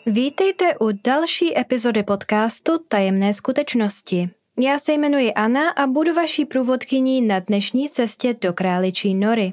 Vítejte u další epizody podcastu Tajemné skutečnosti. Já se jmenuji Anna a budu vaší průvodkyní na dnešní cestě do Králičí nory.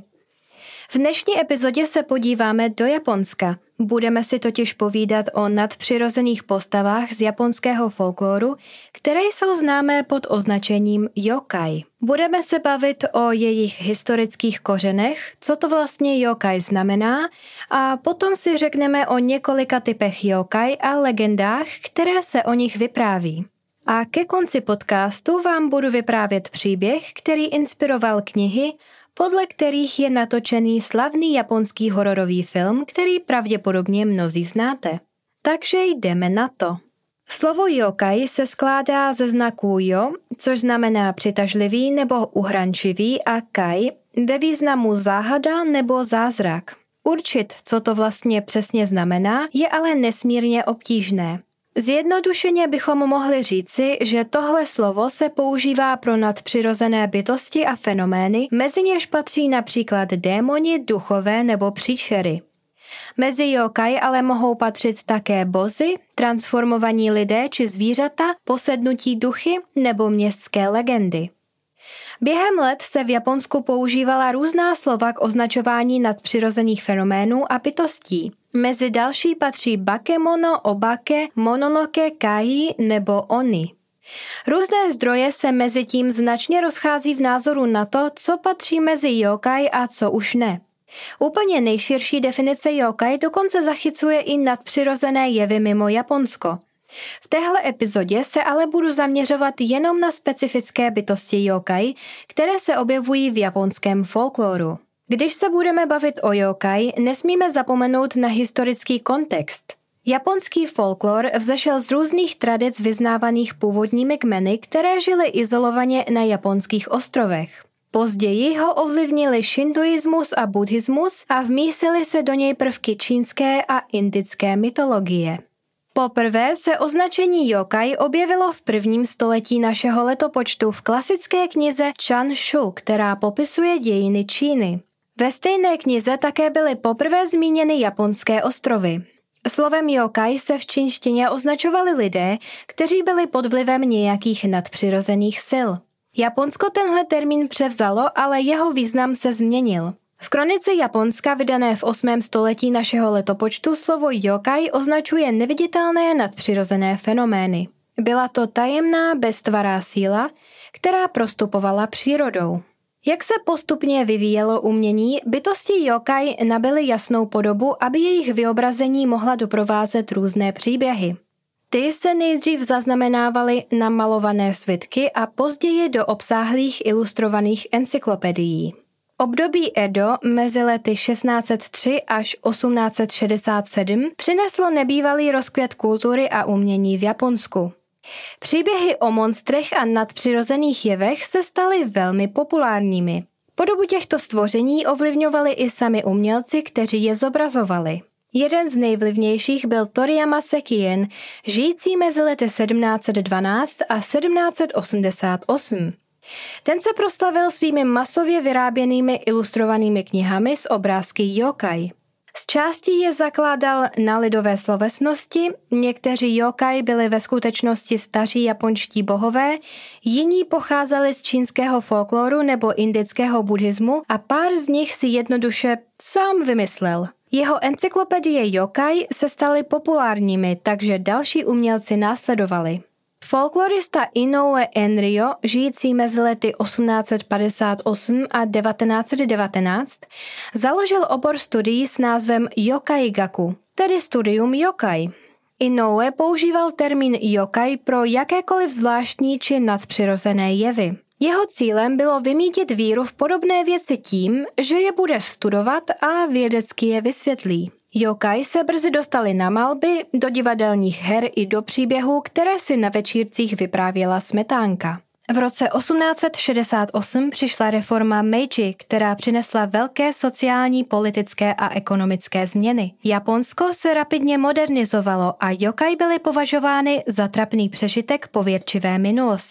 V dnešní epizodě se podíváme do Japonska. Budeme si totiž povídat o nadpřirozených postavách z japonského folkloru, které jsou známé pod označením yokai. Budeme se bavit o jejich historických kořenech, co to vlastně yokai znamená, a potom si řekneme o několika typech yokai a legendách, které se o nich vypráví. A ke konci podcastu vám budu vyprávět příběh, který inspiroval knihy, podle kterých je natočený slavný japonský hororový film, který pravděpodobně mnozí znáte. Takže jdeme na to. Slovo yokai se skládá ze znaků jo, což znamená přitažlivý nebo uhrančivý, a kai ve významu záhada nebo zázrak. Určit, co to vlastně přesně znamená, je ale nesmírně obtížné. Zjednodušeně bychom mohli říci, že tohle slovo se používá pro nadpřirozené bytosti a fenomény, mezi něž patří například démoni, duchové nebo příšery. Mezi yokai ale mohou patřit také bozy, transformovaní lidé či zvířata, posednutí duchy nebo městské legendy. Během let se v Japonsku používala různá slova k označování nadpřirozených fenoménů a bytostí. Mezi další patří bakemono, obake, mononoke, kai nebo oni. Různé zdroje se mezi tím značně rozchází v názoru na to, co patří mezi yokai a co už ne. Úplně nejširší definice yokai dokonce zachycuje i nadpřirozené jevy mimo Japonsko. V téhle epizodě se ale budu zaměřovat jenom na specifické bytosti yokai, které se objevují v japonském folkloru. Když se budeme bavit o yokai, nesmíme zapomenout na historický kontext. Japonský folklor vzešel z různých tradic vyznávaných původními kmeny, které žily izolovaně na japonských ostrovech. Později ho ovlivnili šintoismus a buddhismus a vmísily se do něj prvky čínské a indické mytologie. Poprvé se označení yokai objevilo v 1. století našeho letopočtu v klasické knize Chan Shu, která popisuje dějiny Číny. Ve stejné knize také byly poprvé zmíněny japonské ostrovy. Slovem yokai se v čínštině označovali lidé, kteří byli pod vlivem nějakých nadpřirozených sil. Japonsko tenhle termín převzalo, ale jeho význam se změnil. V kronice Japonska vydané v 8. století našeho letopočtu slovo yokai označuje neviditelné nadpřirozené fenomény. Byla to tajemná beztvará síla, která prostupovala přírodou. Jak se postupně vyvíjelo umění, bytosti yokai nabyly jasnou podobu, aby jejich vyobrazení mohla doprovázet různé příběhy. Ty se nejdřív zaznamenávaly na malované svitky a později do obsáhlých ilustrovaných encyklopedií. Období Edo mezi lety 1603 až 1867 přineslo nebývalý rozkvět kultury a umění v Japonsku. Příběhy o monstrech a nadpřirozených jevech se staly velmi populárními. Podobu těchto stvoření ovlivňovali i sami umělci, kteří je zobrazovali. Jeden z nejvlivnějších byl Toriyama Sekien, žijící mezi lety 1712 a 1788. Ten se proslavil svými masově vyráběnými ilustrovanými knihami s obrázky yokai. Z části je zakládal na lidové slovesnosti, někteří yokai byli ve skutečnosti staří japonští bohové, jiní pocházeli z čínského folkloru nebo indického buddhismu a pár z nich si jednoduše sám vymyslel. Jeho encyklopedie yokai se staly populárními, takže další umělci následovali. Folklorista Inoue Enryo, žijící mezi lety 1858 a 1919, založil obor studií s názvem Yokai Gaku, tedy studium yokai. Inoue používal termín yokai pro jakékoliv zvláštní či nadpřirozené jevy. Jeho cílem bylo vymýtit víru v podobné věci tím, že je bude studovat a vědecky je vysvětlí. Yokai se brzy dostali na malby, do divadelních her i do příběhů, které si na večírcích vyprávěla Smetánka. V roce 1868 přišla reforma Meiji, která přinesla velké sociální, politické a ekonomické změny. Japonsko se rapidně modernizovalo a yokai byly považovány za trapný přežitek pověrčivé minulosti.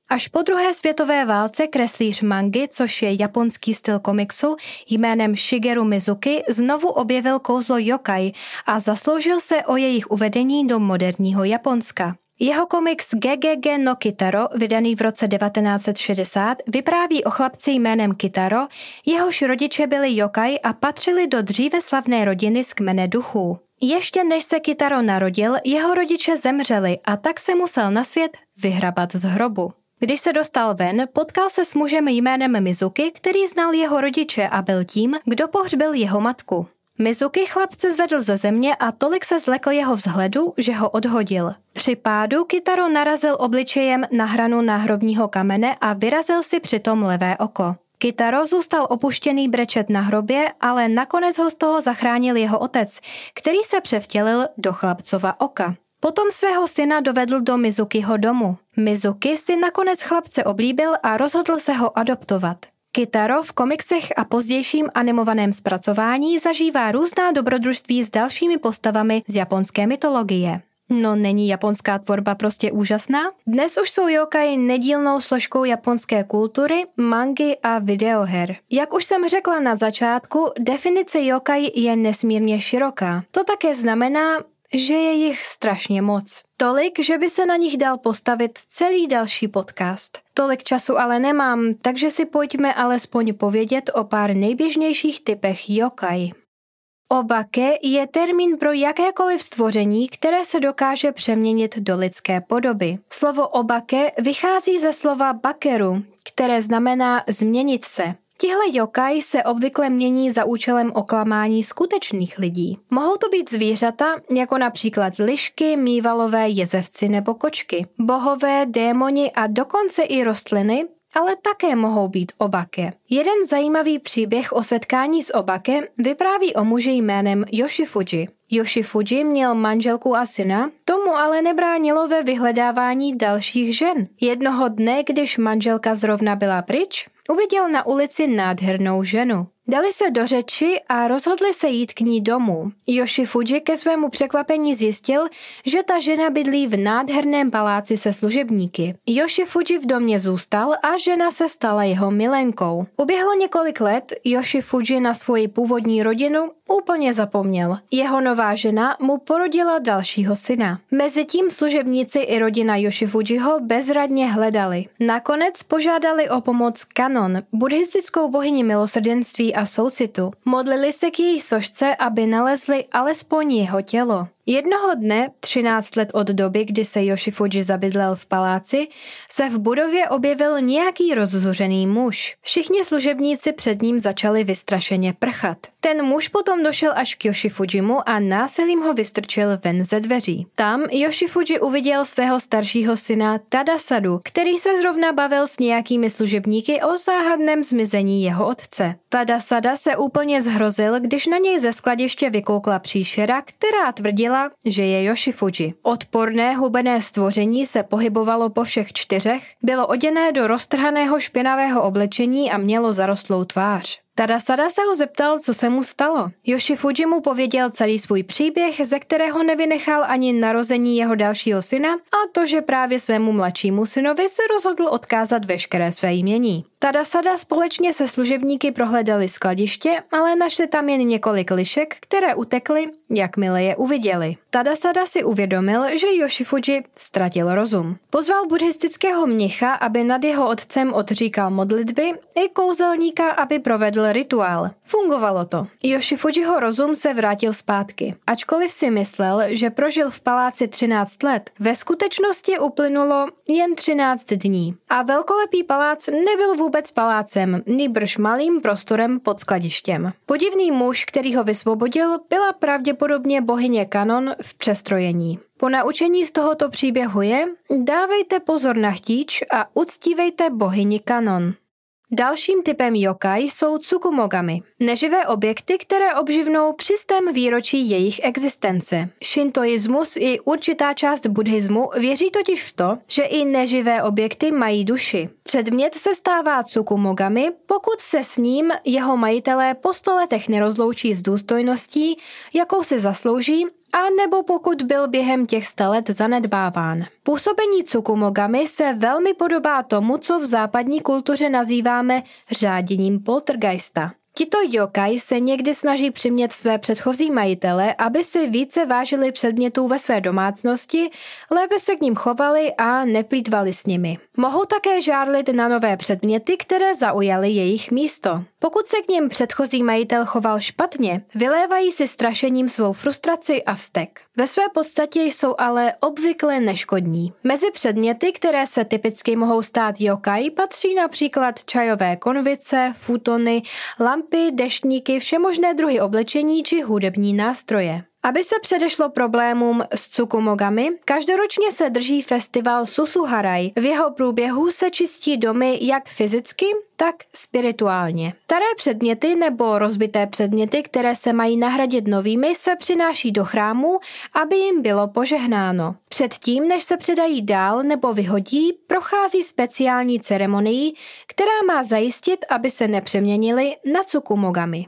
Až po druhé světové válce kreslíř mangy, což je japonský styl komiksu, jménem Shigeru Mizuki znovu objevil kouzlo yokai a zasloužil se o jejich uvedení do moderního Japonska. Jeho komiks Gegege no Kitaro, vydaný v roce 1960, vypráví o chlapci jménem Kitaro, jehož rodiče byli yokai a patřili do dříve slavné rodiny z kmene duchů. Ještě než se Kitaro narodil, jeho rodiče zemřeli a tak se musel na svět vyhrabat z hrobu. Když se dostal ven, potkal se s mužem jménem Mizuki, který znal jeho rodiče a byl tím, kdo pohřbil jeho matku. Mizuki chlapce zvedl ze země a tolik se zlekl jeho vzhledu, že ho odhodil. Při pádu Kitaro narazil obličejem na hranu náhrobního kamene a vyrazil si přitom levé oko. Kitaro zůstal opuštěný brečet na hrobě, ale nakonec ho z toho zachránil jeho otec, který se převtělil do chlapcova oka. Potom svého syna dovedl do Mizukiho domu. Mizuki si nakonec chlapce oblíbil a rozhodl se ho adoptovat. Kitaro v komiksech a pozdějším animovaném zpracování zažívá různá dobrodružství s dalšími postavami z japonské mytologie. No není japonská tvorba prostě úžasná? Dnes už jsou yokai nedílnou složkou japonské kultury, mangy a videoher. Jak už jsem řekla na začátku, definice yokai je nesmírně široká. To také znamená, že je jich strašně moc. Tolik, že by se na nich dal postavit celý další podcast. Tolik času ale nemám, takže si pojďme alespoň povědět o pár nejběžnějších typech yokai. Obake je termín pro jakékoliv stvoření, které se dokáže přeměnit do lidské podoby. Slovo obake vychází ze slova bakeru, které znamená změnit se. Tihle yokai se obvykle mění za účelem oklamání skutečných lidí. Mohou to být zvířata, jako například lišky, mývalové, jezevci nebo kočky, bohové, démoni a dokonce i rostliny, ale také mohou být obake. Jeden zajímavý příběh o setkání s obake vypráví o muži jménem Yoshifuji. Yoshifuji měl manželku a syna, tomu ale nebránilo ve vyhledávání dalších žen. Jednoho dne, když manželka zrovna byla pryč, uviděl na ulici nádhernou ženu. Dali se do řeči a rozhodli se jít k ní domů. Yoshifuji ke svému překvapení zjistil, že ta žena bydlí v nádherném paláci se služebníky. Yoshifuji v domě zůstal a žena se stala jeho milenkou. Uběhlo několik let, Yoshifuji na svoji původní rodinu úplně zapomněl. Jeho nová žena mu porodila dalšího syna. Mezitím služebníci i rodina Yoshifujiho bezradně hledali. Nakonec požádali o pomoc Kanon, buddhistickou bohyni milosrdenství a soucitu. Modlili se k její sošce, aby nalezli alespoň jeho tělo. Jednoho dne, 13 let od doby, kdy se Yoshifuji zabydlel v paláci, se v budově objevil nějaký rozzuřený muž. Všichni služebníci před ním začali vystrašeně prchat. Ten muž potom došel až k Yoshifujimu a násilím ho vystrčil ven ze dveří. Tam Yoshifuji uviděl svého staršího syna Tadasadu, který se zrovna bavil s nějakými služebníky o záhadném zmizení jeho otce. Tadasada se úplně zhrozil, když na něj ze skladiště vykoukla příšera, která tvrdila, že je Yoshifuji. Odporné hubené stvoření se pohybovalo po všech čtyřech, bylo oděné do roztrhaného špinavého oblečení a mělo zarostlou tvář. Tadasada se ho zeptal, co se mu stalo. Yoshifuji mu pověděl celý svůj příběh, ze kterého nevynechal ani narození jeho dalšího syna a to, že právě svému mladšímu synovi se rozhodl odkázat veškeré své jmění. Tadasada společně se služebníky prohledali skladiště, ale našli tam jen několik lišek, které utekly, jakmile je uviděli. Tadasada si uvědomil, že Yoshifuji ztratil rozum. Pozval buddhistického mnicha, aby nad jeho otcem odříkal modlitby, i kouzelníka, aby provedl rituál. Fungovalo to. Yoshifujiho rozum se vrátil zpátky. Ačkoliv si myslel, že prožil v paláci 13 let, ve skutečnosti uplynulo jen 13 dní. A velkolepý palác nebyl vůbec palácem, nýbrž malým prostorem pod skladištěm. Podivný muž, který ho vysvobodil, byla pravděpodobně bohyně Kanon v přestrojení. Po naučení z tohoto příběhu je: dávejte pozor na chtíč a uctívejte bohyni Kanon. Dalším typem yokai jsou tsukumogami, neživé objekty, které obživnou při stém výročí jejich existence. Šintoismus i určitá část buddhismu věří totiž v to, že i neživé objekty mají duši. Předmět se stává tsukumogami, pokud se s ním jeho majitelé po 100 letech nerozloučí s důstojností, jakou si zaslouží, a nebo pokud byl během těch 100 let zanedbáván. Působení Tsukumogami se velmi podobá tomu, co v západní kultuře nazýváme řáděním poltergeista. Tito yokai se někdy snaží přimět své předchozí majitele, aby si více vážili předmětů ve své domácnosti, lépe se k nim chovali a neplýtvali s nimi. Mohou také žárlit na nové předměty, které zaujaly jejich místo. Pokud se k nim předchozí majitel choval špatně, vylévají si strašením svou frustraci a vztek. Ve své podstatě jsou ale obvykle neškodní. Mezi předměty, které se typicky mohou stát yokai, patří například čajové konvice, futony, lampy, deštníky, všemožné druhy oblečení či hudební nástroje. Aby se předešlo problémům s Tsukumogami, každoročně se drží festival Susuharaj. V jeho průběhu se čistí domy jak fyzicky, tak spirituálně. Staré předměty nebo rozbité předměty, které se mají nahradit novými, se přináší do chrámu, aby jim bylo požehnáno. Předtím, než se předají dál nebo vyhodí, prochází speciální ceremonii, která má zajistit, aby se nepřeměnili na Tsukumogami.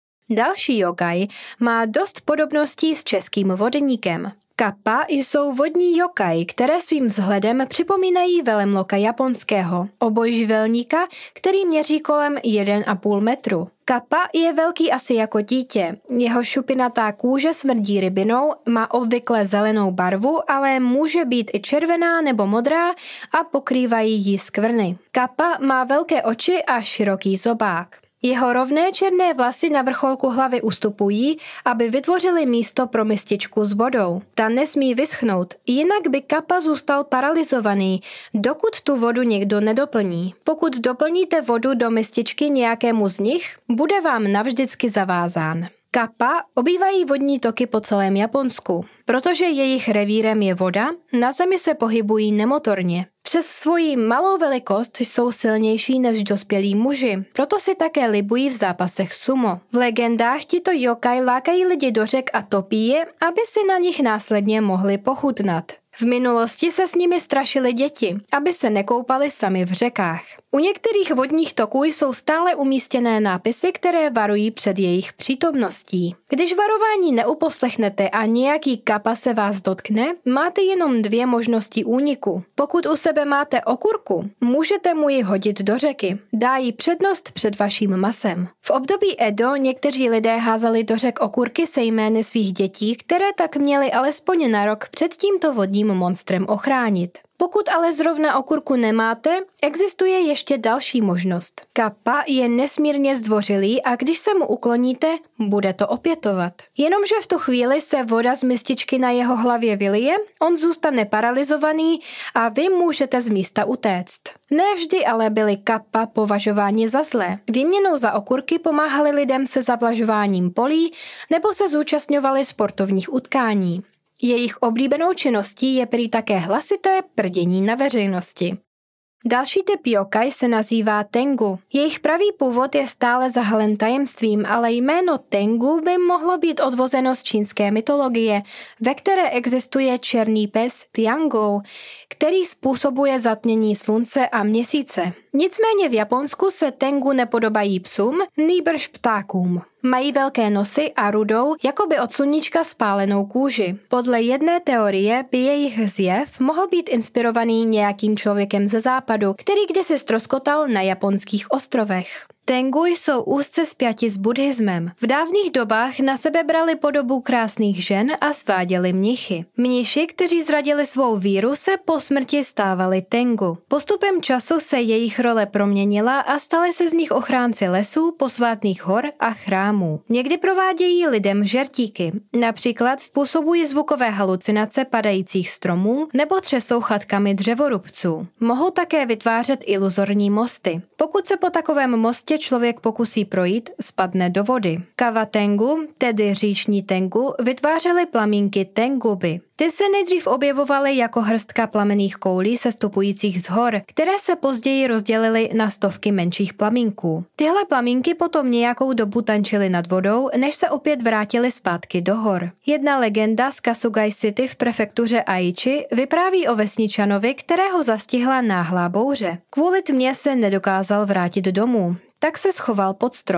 Další yokai má dost podobností s českým vodníkem. Kappa jsou vodní yokai, které svým vzhledem připomínají velemloka japonského, obojživelníka, který měří kolem 1,5 metru. Kappa je velký asi jako dítě. Jeho šupinatá kůže smrdí rybinou, má obvykle zelenou barvu, ale může být i červená nebo modrá a pokrývají ji skvrny. Kappa má velké oči a široký zobák. Jeho rovné černé vlasy na vrcholku hlavy ustupují, aby vytvořili místo pro mističku s vodou. Ta nesmí vyschnout, jinak by Kappa zůstal paralyzovaný, dokud tu vodu někdo nedoplní. Pokud doplníte vodu do mističky nějakému z nich, bude vám navždycky zavázán. Kappa obývají vodní toky po celém Japonsku. Protože jejich revírem je voda, na zemi se pohybují nemotorně. Přes svoji malou velikost jsou silnější než dospělí muži, proto si také libují v zápasech sumo. V legendách tito yokai lákají lidi do řek a topí je, aby si na nich následně mohli pochutnat. V minulosti se s nimi strašily děti, aby se nekoupali sami v řekách. U některých vodních toků jsou stále umístěné nápisy, které varují před jejich přítomností. Když varování neuposlechnete a nějaký Kappa se vás dotkne, máte jenom 2 možnosti úniku. Pokud u sebe máte okurku, můžete mu ji hodit do řeky. Dá jí přednost před vaším masem. V období Edo někteří lidé házeli do řek okurky se jmény svých dětí, které tak měly alespoň na rok před tímto vodním monstrem ochránit. Pokud ale zrovna okurku nemáte, existuje ještě další možnost. Kappa je nesmírně zdvořilý a když se mu ukloníte, bude to opětovat. Jenomže v tu chvíli se voda z mističky na jeho hlavě vylije, on zůstane paralyzovaný a vy můžete z místa utéct. Ne vždy ale byli Kappa považováni za zlé. Výměnou za okurky pomáhali lidem se zavlažováním polí nebo se zúčastňovali sportovních utkání. Jejich oblíbenou činností je prý také hlasité prdění na veřejnosti. Další typ yokai se nazývá Tengu. Jejich pravý původ je stále zahalen tajemstvím, ale jméno Tengu by mohlo být odvozeno z čínské mytologie, ve které existuje černý pes Tiangou, který způsobuje zatmění slunce a měsíce. Nicméně v Japonsku se Tengu nepodobají psům, nýbrž ptákům. Mají velké nosy a rudou, jakoby od sluníčka spálenou kůži. Podle jedné teorie by jejich zjev mohl být inspirovaný nějakým člověkem ze západu, který kdysi ztroskotal na japonských ostrovech. Tengu jsou úzce spjati s buddhismem. V dávných dobách na sebe brali podobu krásných žen a sváděli mnichy. Mniši, kteří zradili svou víru, se po smrti stávali Tengu. Postupem času se jejich role proměnila a stali se z nich ochránci lesů, posvátných hor a chrámů. Někdy provádějí lidem žertíky. Například způsobují zvukové halucinace padajících stromů nebo třesou chatkami dřevorubců. Mohou také vytvářet iluzorní mosty. Pokud se po takovém mostě člověk pokusí projít, spadne do vody. Kawa Tengu, tedy říční Tengu, vytvářely plamínky Tenguby. Ty se nejdřív objevovaly jako hrstka plamenných koulí sestupujících z hor, které se později rozdělily na stovky menších plamínků. Tyhle plamínky potom nějakou dobu tančily nad vodou, než se opět vrátily zpátky do hor. Jedna legenda z Kasugai City v prefektuře Aichi vypráví o vesničanovi, kterého zastihla náhlá bouře. Kvůli tmě se nedokázal vrátit domů. Tak se schoval pod strom.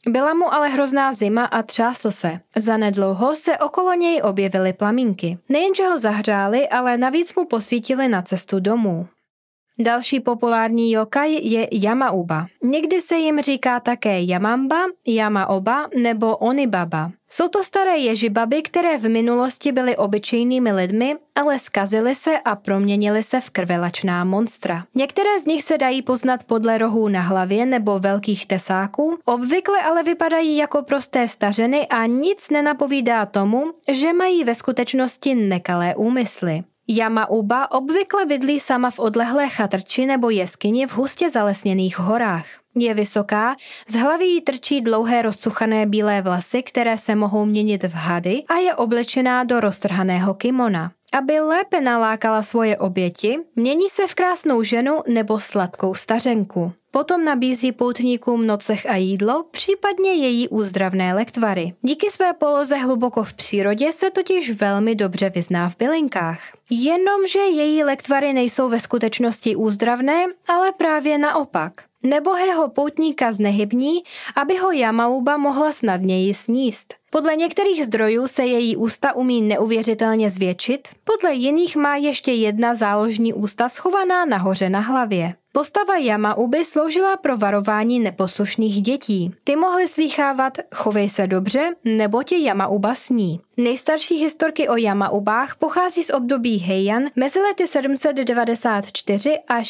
Byla mu ale hrozná zima a třásl se. Zanedlouho se okolo něj objevily plamínky. Nejenže ho zahřály, ale navíc mu posvítily na cestu domů. Další populární jokaj je Yama-uba. Někdy se jim říká také Yamamba, Yama-oba nebo Onibaba. Jsou to staré ježibaby, které v minulosti byly obyčejnými lidmi, ale zkazily se a proměnily se v krvelačná monstra. Některé z nich se dají poznat podle rohů na hlavě nebo velkých tesáků, obvykle ale vypadají jako prosté stařeny a nic nenapovídá tomu, že mají ve skutečnosti nekalé úmysly. Yama-uba obvykle bydlí sama v odlehlé chatrči nebo jeskyni v hustě zalesněných horách. Je vysoká, z hlavy jí trčí dlouhé rozcuchané bílé vlasy, které se mohou měnit v hady a je oblečená do roztrhaného kimona. Aby lépe nalákala svoje oběti, mění se v krásnou ženu nebo sladkou stařenku. Potom nabízí poutníkům nocleh a jídlo, případně její úzdravné lektvary. Díky své poloze hluboko v přírodě se totiž velmi dobře vyzná v bylinkách. Jenomže její lektvary nejsou ve skutečnosti úzdravné, ale právě naopak. Nebohého poutníka znehybní, aby ho Yama-uba mohla snadněji sníst. Podle některých zdrojů se její ústa umí neuvěřitelně zvětšit, podle jiných má ještě jedna záložní ústa schovaná nahoře na hlavě. Postava Yama-uby sloužila pro varování neposlušných dětí. Ty mohly slýchávat chovej se dobře, nebo tě Yama-uba sní. Nejstarší historky o Yama-ubách pochází z období Heian mezi lety 794 až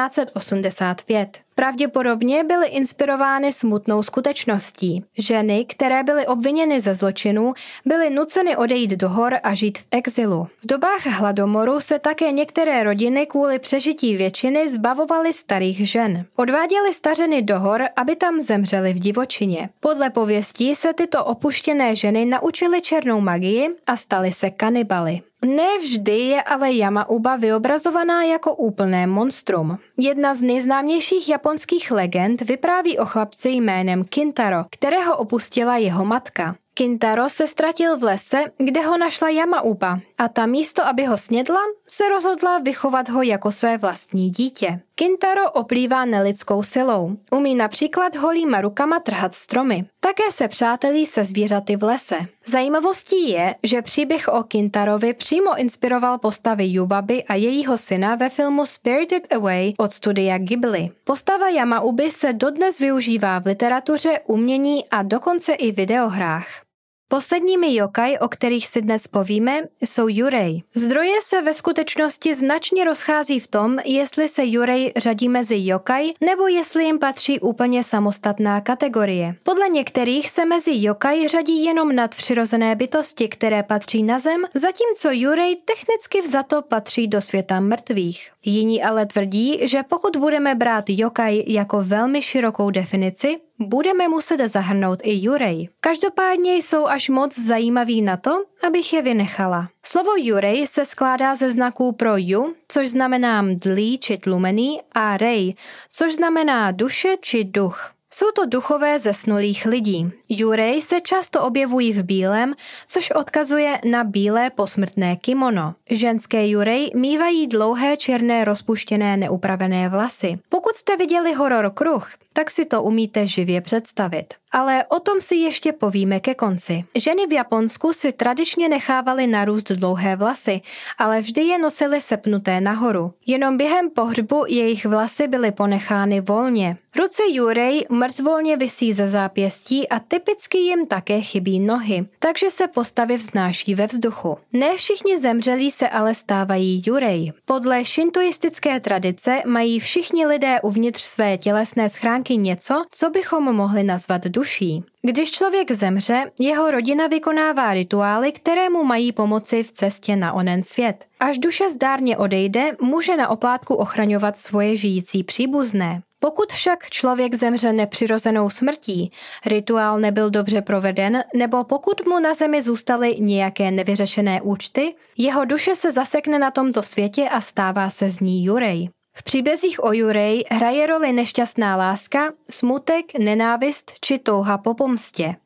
1185. Pravděpodobně byly inspirovány smutnou skutečností. Ženy, které byly obviněny ze zločinu, byly nuceny odejít do hor a žít v exilu. V dobách hladomoru se také některé rodiny kvůli přežití většiny zbavovaly starých žen. Odváděly stařeny do hor, aby tam zemřely v divočině. Podle pověstí se tyto opuštěné ženy naučily černou magii a staly se kanibaly. Ne vždy je ale Yama-uba vyobrazovaná jako úplné monstrum. Jedna z nejznámějších japonských legend vypráví o chlapci jménem Kintaro, kterého opustila jeho matka. Kintaro se ztratil v lese, kde ho našla Yama-uba a ta místo, aby ho snědla, se rozhodla vychovat ho jako své vlastní dítě. Kintaro oplývá nelidskou silou. Umí například holýma rukama trhat stromy. Také se přátelí se zvířaty v lese. Zajímavostí je, že příběh o Kintarovi přímo inspiroval postavy Yubaby a jejího syna ve filmu Spirited Away od studia Ghibli. Postava Yama-uby se dodnes využívá v literatuře, umění a dokonce i videohrách. Posledními jokaj, o kterých si dnes povíme, jsou Yurei. Zdroje se ve skutečnosti značně rozchází v tom, jestli se Yurei řadí mezi jokaj, nebo jestli jim patří úplně samostatná kategorie. Podle některých se mezi jokaj řadí jenom nadpřirozené bytosti, které patří na zem, zatímco Yurei technicky vzato patří do světa mrtvých. Jiní ale tvrdí, že pokud budeme brát jokaj jako velmi širokou definici, budeme muset zahrnout i Yurei. Každopádně jsou až moc zajímaví na to, abych je vynechala. Slovo Yurei se skládá ze znaků pro yu, což znamená mdlý či tlumený, a rei, což znamená duše či duch. Jsou to duchové zesnulých lidí. Yurei se často objevují v bílém, což odkazuje na bílé posmrtné kimono. Ženské Yurei mívají dlouhé černé rozpuštěné neupravené vlasy. Pokud jste viděli horor Kruh, tak si to umíte živě představit. Ale o tom si ještě povíme ke konci. Ženy v Japonsku si tradičně nechávaly narůst dlouhé vlasy, ale vždy je nosily sepnuté nahoru. Jenom během pohřbu jejich vlasy byly ponechány volně. Ruce Yurei mrtvolně visí ze zápěstí a typicky jim také chybí nohy, takže se postavy vznáší ve vzduchu. Ne všichni zemřelí se ale stávají Yurei. Podle šintoistické tradice mají všichni lidé uvnitř své tělesné schránky něco, co bychom mohli nazvat duší. Když člověk zemře, jeho rodina vykonává rituály, které mu mají pomoci v cestě na onen svět. Až duše zdárně odejde, může na oplátku ochraňovat svoje žijící příbuzné. Pokud však člověk zemře nepřirozenou smrtí, rituál nebyl dobře proveden, nebo pokud mu na zemi zůstaly nějaké nevyřešené účty, jeho duše se zasekne na tomto světě a stává se z ní Yurei. V příbězích o Yurei hraje roli nešťastná láska, smutek, nenávist či touha po pomstě.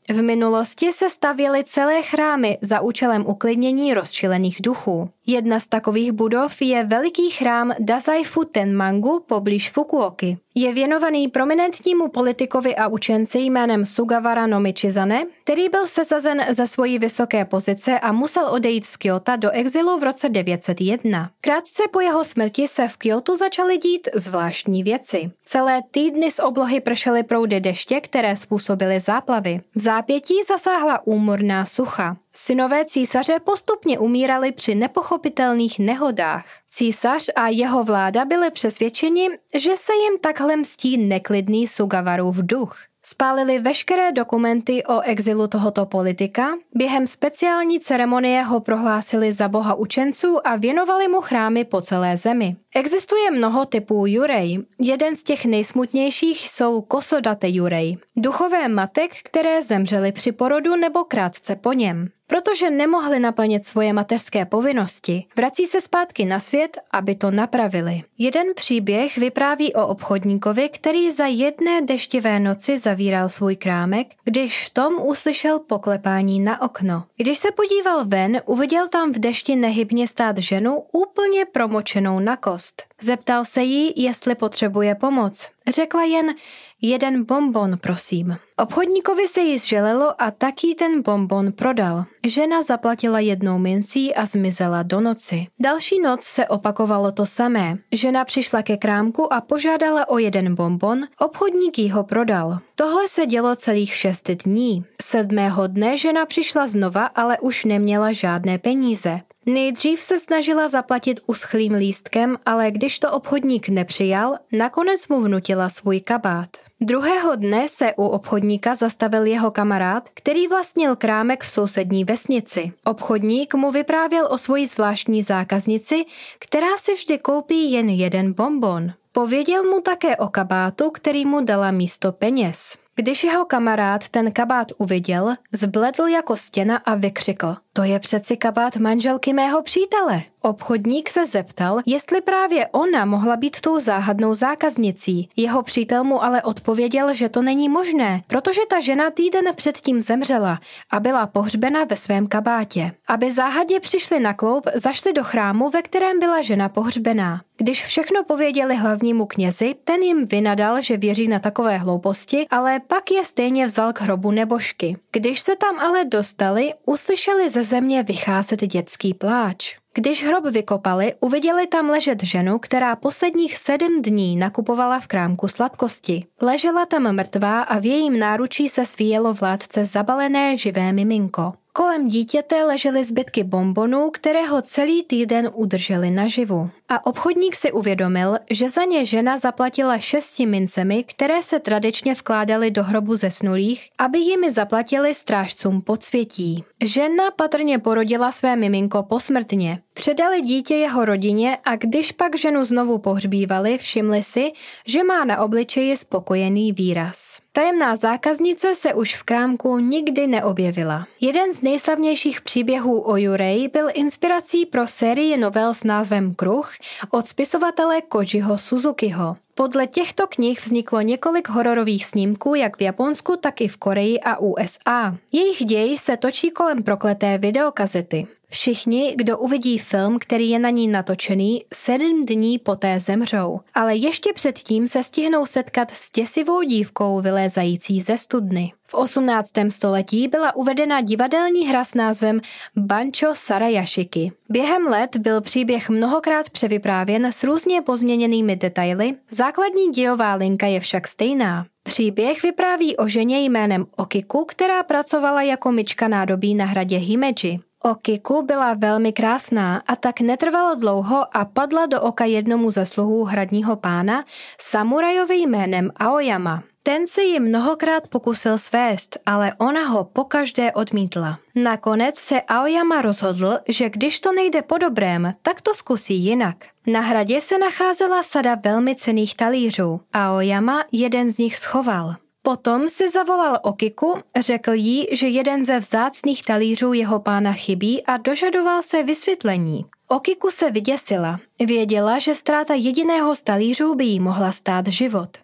V minulosti se stavěly celé chrámy za účelem uklidnění rozčilených duchů. Jedna z takových budov je veliký chrám Dazaifu Tenmangu poblíž Fukuoky. Je věnovaný prominentnímu politikovi a učenci jménem Sugawara no Michizane, který byl sesazen ze svojí vysoké pozice a musel odejít z Kjóta do exilu v roce 901. Krátce po jeho smrti se v Kjótu začaly dít zvláštní věci. Celé týdny z oblohy pršely proudy deště, které způsobily záplavy. V zápětí zasáhla úmorná sucha. Synové císaře postupně umírali při nepochopitelných nehodách. Císař a jeho vláda byli přesvědčeni, že se jim takhle mstí neklidný Sugawarův duch. Spálili veškeré dokumenty o exilu tohoto politika, během speciální ceremonie ho prohlásili za boha učenců a věnovali mu chrámy po celé zemi. Existuje mnoho typů jurej. Jeden z těch nejsmutnějších jsou Kosodate jurej, duchové matek, které zemřely při porodu nebo krátce po něm. Protože nemohli naplnit svoje mateřské povinnosti, vrací se zpátky na svět, aby to napravili. Jeden příběh vypráví o obchodníkovi, který za jedné deštivé noci zavíral svůj krámek, když v tom uslyšel poklepání na okno. Když se podíval ven, uviděl tam v dešti nehybně stát ženu úplně promočenou na kost. Zeptal se jí, jestli potřebuje pomoc. Řekla jen: jeden bonbon, prosím. Obchodníkovi se jí zželelo a taky ten bonbon prodal. Žena zaplatila 1 mincí a zmizela do noci. Další noc se opakovalo to samé. Žena přišla ke krámku a požádala o 1 bonbon, obchodník jí ho prodal. Tohle se dělo celých 6 dní. 7. dne žena přišla znova, ale už neměla žádné peníze. Nejdřív se snažila zaplatit uschlým lístkem, ale když to obchodník nepřijal, nakonec mu vnutila svůj kabát. 2. dne se u obchodníka zastavil jeho kamarád, který vlastnil krámek v sousední vesnici. Obchodník mu vyprávěl o svojí zvláštní zákaznici, která si vždy koupí jen 1 bonbon. Pověděl mu také o kabátu, který mu dala místo peněz. Když jeho kamarád ten kabát uviděl, zbledl jako stěna a vykřikl: to je přeci kabát manželky mého přítele. Obchodník se zeptal, jestli právě ona mohla být tou záhadnou zákaznicí. Jeho přítel mu ale odpověděl, že to není možné, protože ta žena týden předtím zemřela a byla pohřbena ve svém kabátě. Aby záhadě přišli na kloup, zašli do chrámu, ve kterém byla žena pohřbená. Když všechno pověděli hlavnímu knězi, ten jim vynadal, že věří na takové hlouposti, ale pak je stejně vzal k hrobu nebožky. Když se tam ale dostali, uslyšeli ze země vycházet dětský pláč. Když hrob vykopali, uviděli tam ležet ženu, která posledních 7 dní nakupovala v krámku sladkosti. Ležela tam mrtvá a v jejím náručí se svíjelo v látce zabalené živé miminko. Kolem dítěte ležely zbytky bonbonů, které ho celý týden udržely naživu. A obchodník si uvědomil, že za ně žena zaplatila 6 mincemi, které se tradičně vkládaly do hrobu zesnulých, aby jimi zaplatili strážcům podsvětí. Žena patrně porodila své miminko posmrtně. Předali dítě jeho rodině a když pak ženu znovu pohřbívali, všimli si, že má na obličeji spokojený výraz. Tajemná zákaznice se už v krámku nikdy neobjevila. Jeden z nejslavnějších příběhů o Jurej byl inspirací pro sérii novel s názvem Kruh od spisovatele Kojiho Suzukiho. Podle těchto knih vzniklo několik hororových snímků jak v Japonsku, tak i v Koreji a USA. Jejich děj se točí kolem prokleté videokazety. Všichni, kdo uvidí film, který je na ní natočený, 7 dní poté zemřou, ale ještě předtím se stihnou setkat s děsivou dívkou vylézající ze studny. V 18. století byla uvedena divadelní hra s názvem Bancho Sarayashiki. Během let byl příběh mnohokrát převyprávěn s různě pozměněnými detaily, základní dějová linka je však stejná. Příběh vypráví o ženě jménem Okiku, která pracovala jako myčka nádobí na hradě Himeji. Okiku byla velmi krásná a tak netrvalo dlouho a padla do oka jednomu ze sluhů hradního pána, samurajovi jménem Aoyama. Ten se ji mnohokrát pokusil svést, ale ona ho pokaždé odmítla. Nakonec se Aoyama rozhodl, že když to nejde po dobrém, tak to zkusí jinak. Na hradě se nacházela sada velmi cenných talířů. Aoyama jeden z nich schoval. Potom si zavolal Okiku, řekl jí, že jeden ze vzácných talířů jeho pána chybí a dožadoval se vysvětlení. Okiku se vyděsila. Věděla, že ztráta jediného z talířů by jí mohla stát život.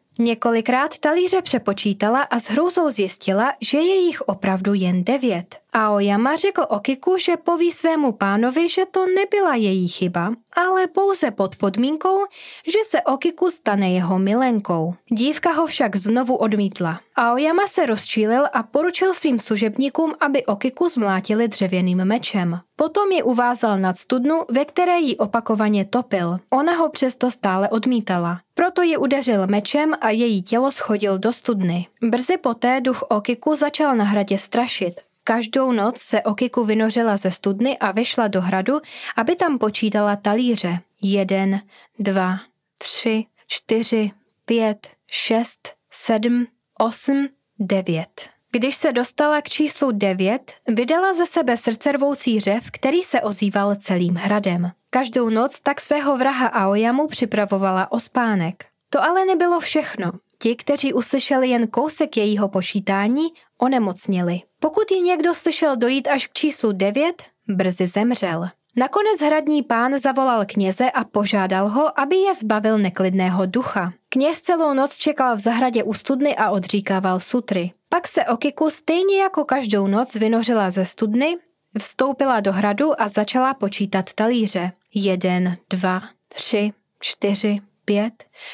Několikrát talíře přepočítala a s hrůzou zjistila, že je jich opravdu jen 9. Aoyama řekl Okiku, že poví svému pánovi, že to nebyla její chyba, ale pouze pod podmínkou, že se Okiku stane jeho milenkou. Dívka ho však znovu odmítla. Aoyama se rozčílil a poručil svým služebníkům, aby Okiku zmlátili dřevěným mečem. Potom ji uvázal nad studnu, ve které ji opakovaně topil. Ona ho přesto stále odmítala. Proto ji udeřil mečem a její tělo shodil do studny. Brzy poté duch Okiku začal na hradě strašit. Každou noc se Okiku vynořila ze studny a vyšla do hradu, aby tam počítala talíře. 1, 2, 3, 4, 5, 6, 7, 8, 9. Když se dostala k číslu 9, vydala ze sebe srdcervoucí řev, který se ozýval celým hradem. Každou noc tak svého vraha Aoyamu připravovala o spánek. To ale nebylo všechno. Ti, kteří uslyšeli jen kousek jejího počítání, onemocněli. Pokud ji někdo slyšel dojít až k číslu 9, brzy zemřel. Nakonec hradní pán zavolal kněze a požádal ho, aby je zbavil neklidného ducha. Kněz celou noc čekal v zahradě u studny a odříkával sutry. Pak se Okiku stejně jako každou noc vynořila ze studny, vstoupila do hradu a začala počítat talíře. 1, 2, 3, 4, 5,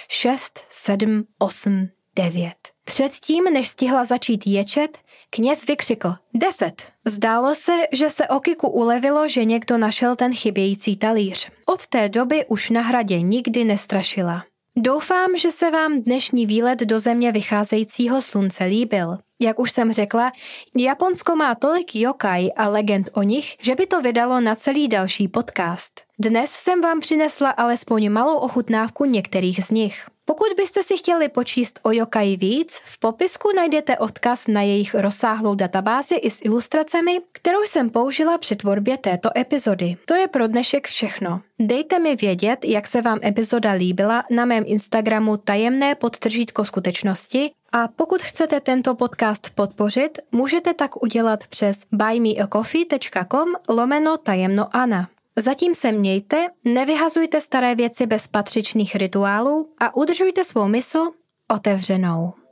6, 7, 8, 9. Předtím, než stihla začít ječet, kněz vykřikl 10. Zdálo se, že se Okiku ulevilo, že někdo našel ten chybějící talíř. Od té doby už na hradě nikdy nestrašila. Doufám, že se vám dnešní výlet do země vycházejícího slunce líbil. Jak už jsem řekla, Japonsko má tolik yokai a legend o nich, že by to vydalo na celý další podcast. Dnes jsem vám přinesla alespoň malou ochutnávku některých z nich. Pokud byste si chtěli počíst o yokai víc, v popisku najdete odkaz na jejich rozsáhlou databázi i s ilustracemi, kterou jsem použila při tvorbě této epizody. To je pro dnešek všechno. Dejte mi vědět, jak se vám epizoda líbila na mém Instagramu tajemné_skutečnosti a pokud chcete tento podcast podpořit, můžete tak udělat přes buymeacoffee.com/tajemnoana. Zatím se mějte, nevyhazujte staré věci bez patřičných rituálů a udržujte svou mysl otevřenou.